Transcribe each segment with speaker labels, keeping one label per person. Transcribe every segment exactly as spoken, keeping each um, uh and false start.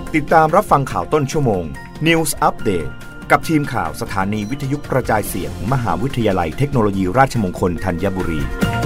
Speaker 1: ติดตามรับฟังข่าวต้นชั่วโมง News Update กับทีมข่าวสถานีวิทยุกระจายเสียง มหาวิทยาลัยเทคโนโลยีราชมงคลธัญบุรี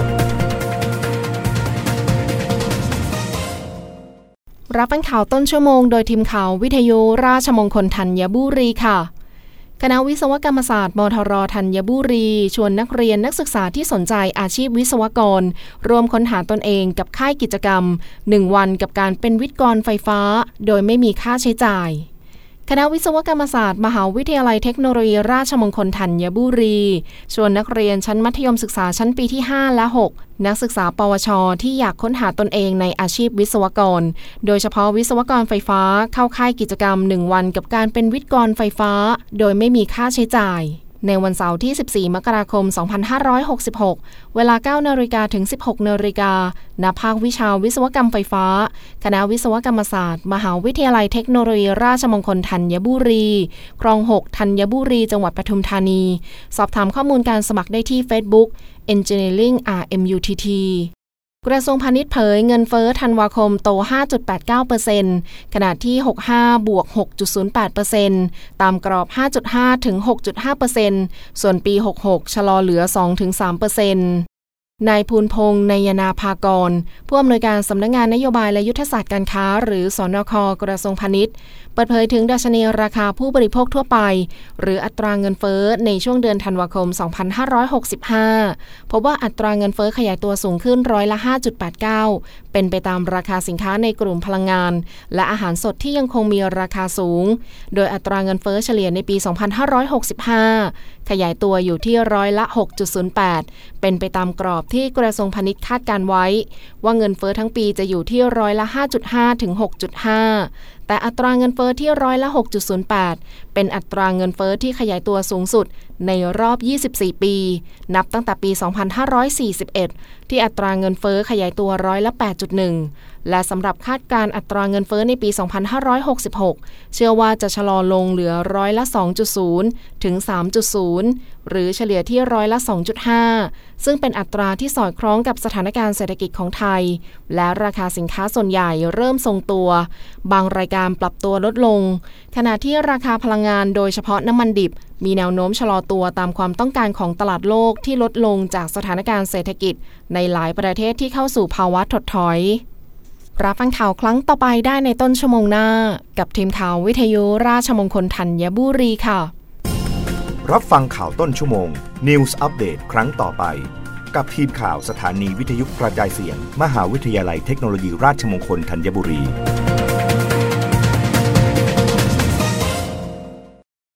Speaker 2: รับฟังข่าวต้นชั่วโมงโดยทีมข่าววิทยุราชมงคลธัญบุรีค่ะคณะวิศวกรรมศาสตร์มทรธัญบุรีชวนนักเรียนนักศึกษาที่สนใจอาชีพวิศวกรร่วมค้นหาตนเองกับค่ายกิจกรรมหนึ่งวันกับการเป็นวิทยากรไฟฟ้าโดยไม่มีค่าใช้จ่ายคณะวิศวกรรมศาสตร์มหาวิทยาลัยเทคโนโลยีราชมงคลธัญบุรีชวนนักเรียนชั้นมัธยมศึกษาชั้นปีที่ห้าและหกนักศึกษาปวชที่อยากค้นหาตนเองในอาชีพวิศวกรโดยเฉพาะวิศวกรไฟฟ้าเข้าค่ายกิจกรรมหนึ่งวันกับการเป็นวิทยากรไฟฟ้าโดยไม่มีค่าใช้จ่ายในวันเสาร์ที่สิบสี่มกราคมสองพันห้าร้อยหกสิบหกเวลา เก้านาฬิกา ถึง สิบหกนาฬิกา ณ ภาควิชาวิศวกรรมไฟฟ้าคณะวิศวกรรมศาสตร์มหาวิทยาลัยเทคโนโลยีราชมงคลธัญบุรีคลองหกธัญบุรีจังหวัดปทุมธานีสอบถามข้อมูลการสมัครได้ที่ Facebook Engineering อาร์ เอ็ม ยู ที ที กระทรวงพาณิชย์เผยเงินเฟ้อธันวาคมโต ห้าจุดแปดเก้าเปอร์เซ็นต์ ขณะที่หกสิบห้าบวก หกจุดศูนย์แปดเปอร์เซ็นต์ ตามกรอบ ห้าจุดห้า ถึง หกจุดห้าเปอร์เซ็นต์ ส่วนปีหกสิบหกชะลอเหลือ สองถึงสามเปอร์เซ็นต์นายภูลพงษ์นยนาภากรผู้อำนวยการสำนักงานนโยบายและยุทธศาสตร์การค้าหรือสนค.กระทรวงพาณิชย์เปิดเผยถึงดัชนีราคาผู้บริโภคทั่วไปหรืออัตราเงินเฟ้อในช่วงเดือนธันวาคมสองพันห้าร้อยหกสิบห้าพบว่าอัตราเงินเฟ้อขยายตัวสูงขึ้นร้อยละ ห้าจุดแปดเก้า เป็นไปตามราคาสินค้าในกลุ่มพลังงานและอาหารสดที่ยังคงมีราคาสูงโดยอัตราเงินเฟ้อเฉลี่ยในปีสองพันห้าร้อยหกสิบห้าขยายตัวอยู่ที่ร้อยละ หกจุดศูนย์แปด เป็นไปตามกรอบที่กระทรวงพาณิชย์คาดการไว้ว่าเงินเฟ้อทั้งปีจะอยู่ที่ร้อยละ ห้าจุดห้า ถึง หกจุดห้า แต่อัตราเงินเฟ้อที่ร้อยละ หกจุดศูนย์แปด เป็นอัตราเงินเฟ้อที่ขยายตัวสูงสุดในรอบยี่สิบสี่ปีนับตั้งแต่ปีสองพันห้าร้อยสี่สิบเอ็ดที่อัตราเงินเฟ้อขยายตัวร้อยละ แปดจุดหนึ่ง และสำหรับคาดการอัตราเงินเฟ้อในปีสองพันห้าร้อยหกสิบหกเชื่อว่าจะชะลอลงเหลือร้อยละ สองจุดศูนย์ ถึง สามจุดศูนย์ หรือเฉลี่ยที่ร้อยละ สองจุดห้า ซึ่งเป็นอัตราที่สอดคล้องกับสถานการณ์เศรษฐกิจของไทยและราคาสินค้าส่วนใหญ่เริ่มทรงตัวบางรายการปรับตัวลดลงขณะที่ราคาพลังงานโดยเฉพาะน้ำมันดิบมีแนวโน้มชะลอตัวตามความต้องการของตลาดโลกที่ลดลงจากสถานการณ์เศรษฐกิจในหลายประเทศที่เข้าสู่ภาวะถดถอยรับฟังข่าวครั้งต่อไปได้ในต้นชั่วโมงหน้ากับทีมข่าววิทยุราชมงคลธัญบุรีค่ะ
Speaker 1: รับฟังข่าวต้นชั่วโมง News Update ครั้งต่อไปกับทีมข่าวสถานีวิทยุกระจายเสียง มหาวิทยาลัยเทคโนโลยีราชมงคลธัญบุรี